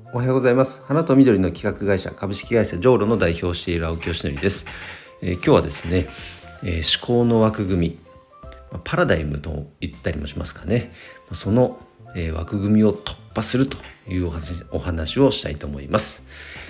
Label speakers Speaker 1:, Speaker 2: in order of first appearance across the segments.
Speaker 1: おはようございます。花と緑の企画会社株式会社ジョーロの代表をしている青木よしのりです。今日はですね、思考の枠組み、パラダイムと言ったりもしますかね。その、枠組みを突破するというお話をしたいと思います。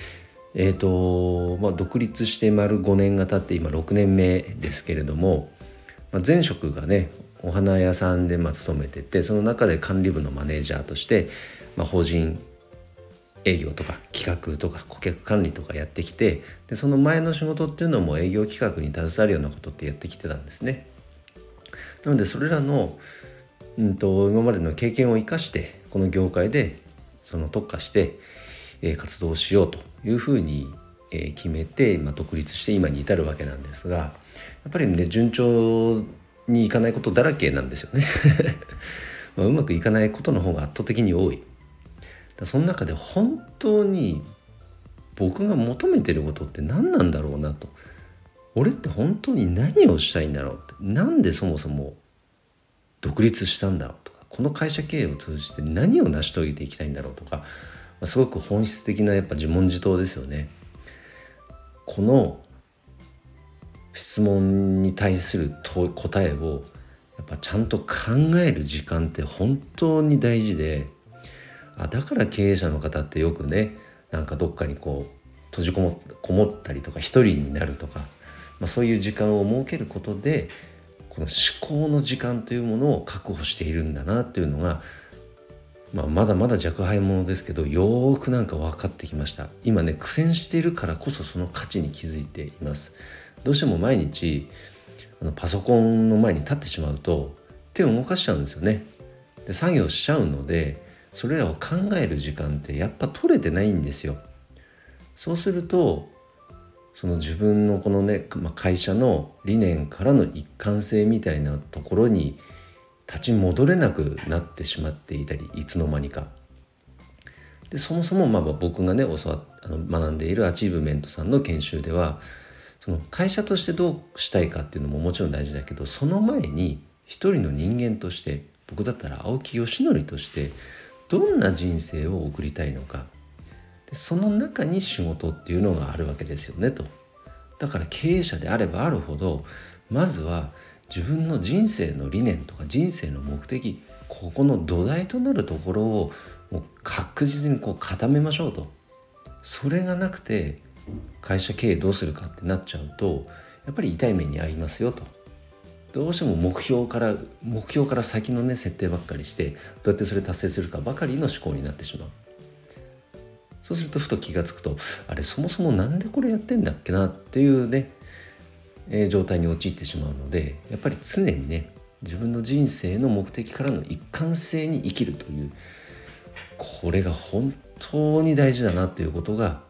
Speaker 1: 独立して丸5年が経って今6年目ですけれども、前職がねお花屋さんで勤めてて、その中で管理部のマネージャーとして、法人営業とか企画とか顧客管理とかやってきて、でその前の仕事っていうのも営業企画に携わるようなことってやってきてたんですね。なのでそれらの、今までの経験を生かしてこの業界でその特化して、活動しようというふうに、決めて、独立して今に至るわけなんですが、やっぱりね順調にいかないことだらけなんですよねうまくいかないことの方が圧倒的に多い。その中で本当に僕が求めてることって何なんだろうなと、俺って本当に何をしたいんだろうって、なんでそもそも独立したんだろうとか、この会社経営を通じて何を成し遂げていきたいんだろうとか、すごく本質的なやっぱ自問自答ですよね。この質問に対する答えをやっぱちゃんと考える時間って本当に大事で、だから経営者の方ってよくね、なんかどっかにこう閉じこもったりとか一人になるとか、そういう時間を設けることでこの思考の時間というものを確保しているんだなっていうのが、まだまだ若輩者ですけど、よーくなんか分かってきました。今ね苦戦しているからこそその価値に気づいています。どうしても毎日パソコンの前に立ってしまうと手を動かしちゃうんですよね。で作業しちゃうので、それらを考える時間ってやっぱ取れてないんですよ。そうするとその自分のこのね、会社の理念からの一貫性みたいなところに立ち戻れなくなってしまっていたり、いつの間にかで、そもそも僕がね学んでいるアチーブメントさんの研修では、その会社としてどうしたいかっていうのももちろん大事だけど、その前に一人の人間として、僕だったら青木よしのりとしてどんな人生を送りたいのか、でその中に仕事っていうのがあるわけですよねと。だから経営者であればあるほど、まずは自分の人生の理念とか人生の目的、ここの土台となるところをもう確実に固めましょうと。それがなくて会社経営どうするかってなっちゃうと、やっぱり痛い目に遭いますよと。どうしても目標から先のね設定ばっかりして、どうやってそれ達成するかばかりの思考になってしまう。そうするとふと気がつくと、あれそもそもなんでこれやってんだっけなっていうね、状態に陥ってしまうので、やっぱり常にね自分の人生の目的からの一貫性に生きるという、これが本当に大事だなっていうことが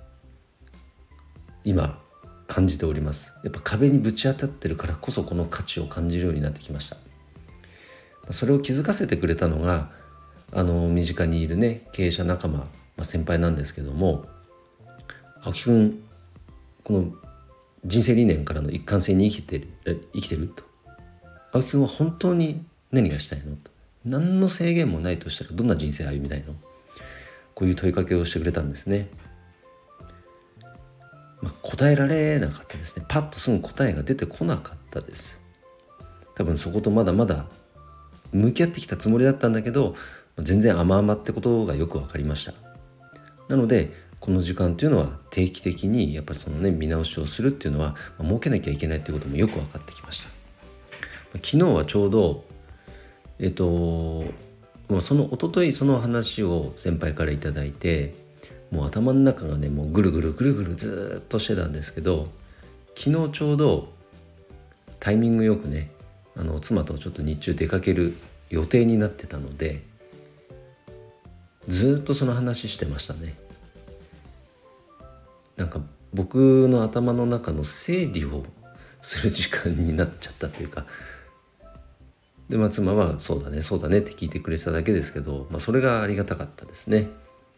Speaker 1: 今感じております。やっぱ壁にぶち当たってるからこそこの価値を感じるようになってきました。それを気づかせてくれたのが身近にいるね経営者仲間、先輩なんですけども、青木くん、この人生理念からの一貫性に生きてると。青木くんは本当に何がしたいのと。何の制限もないとしたらどんな人生歩みたいの。こういう問いかけをしてくれたんですね。答えられなかったですね。パッとすぐ答えが出てこなかったです。多分そことまだまだ向き合ってきたつもりだったんだけど、全然甘々ってことがよく分かりました。なのでこの時間というのは定期的にやっぱりそのね見直しをするっていうのは、設けなきゃいけないっていうこともよく分かってきました。昨日はちょうどその一昨日その話を先輩からいただいて、もう頭の中がねもうぐるぐるずっとしてたんですけど、昨日ちょうどタイミングよくね妻とちょっと日中出かける予定になってたので、ずっとその話してましたね。なんか僕の頭の中の整理をする時間になっちゃったというか、で妻はそうだねって聞いてくれてただけですけど、それがありがたかったですね。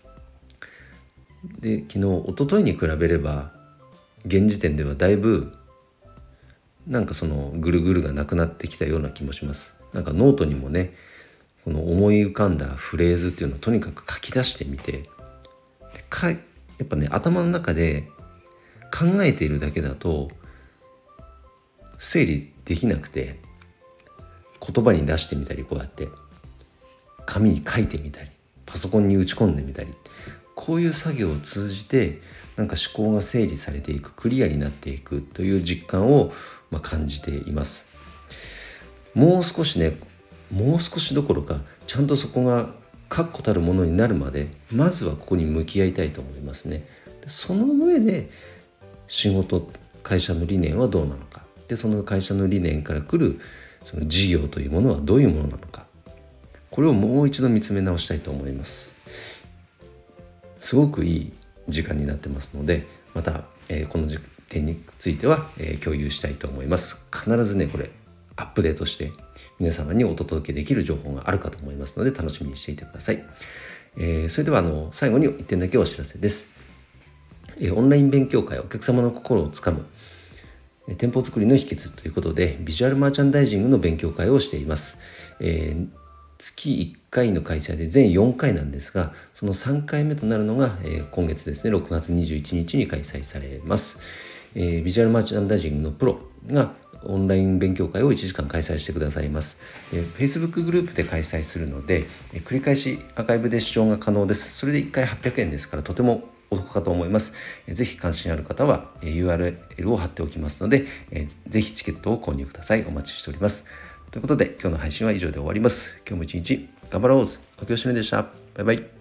Speaker 1: で昨日一昨日に比べれば現時点ではだいぶなんかそのぐるぐるがなくなってきたような気もします。なんかノートにもねこの思い浮かんだフレーズっていうのをとにかく書き出してみて、 やっぱね頭の中で考えているだけだと整理できなくて、言葉に出してみたり、こうやって紙に書いてみたり、パソコンに打ち込んでみたり、こういう作業を通じてなんか思考が整理されていく、クリアになっていくという実感を感じています。もう少しどころかちゃんとそこが確固たるものになるまで、まずはここに向き合いたいと思いますね。その上で仕事、会社の理念はどうなのか、でその会社の理念から来るその事業というものはどういうものなのか、これをもう一度見つめ直したいと思います。すごくいい時間になってますので、また、この点については、共有したいと思います。必ずねこれアップデートして皆様にお届けできる情報があるかと思いますので、楽しみにしていてください。それでは最後に1点だけお知らせです。オンライン勉強会、お客様の心をつかむ店舗作りの秘訣ということで、ビジュアルマーチャンダイジングの勉強会をしています。月1回の開催で全4回なんですが、その3回目となるのが、今月ですね、6月21日に開催されます。ビジュアルマーチャンダイジングのプロがオンライン勉強会を1時間開催してくださいます。Facebook グループで開催するので、繰り返しアーカイブで視聴が可能です。それで1回800円ですから、とてもお得かと思います。ぜひ関心ある方は URL を貼っておきますので、ぜひチケットを購入ください。お待ちしております。ということで今日の配信は以上で終わります。今日も一日頑張ろう。秋吉でした。バイバイ。